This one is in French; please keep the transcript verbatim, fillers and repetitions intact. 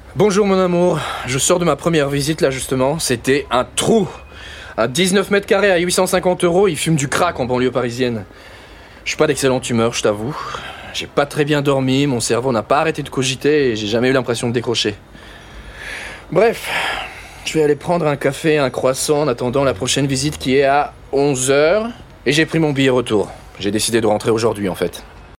Bonjour mon amour, je sors de ma première visite là justement, c'était un trou. À dix-neuf mètres carrés à huit cent cinquante euros, il fume du crack en banlieue parisienne. Je suis pas d'excellente humeur, je t'avoue. J'ai pas très bien dormi, mon cerveau n'a pas arrêté de cogiter et j'ai jamais eu l'impression de décrocher. Bref, je vais aller prendre un café, un croissant en attendant la prochaine visite qui est à onze heures. Et j'ai pris mon billet retour. J'ai décidé de rentrer aujourd'hui en fait.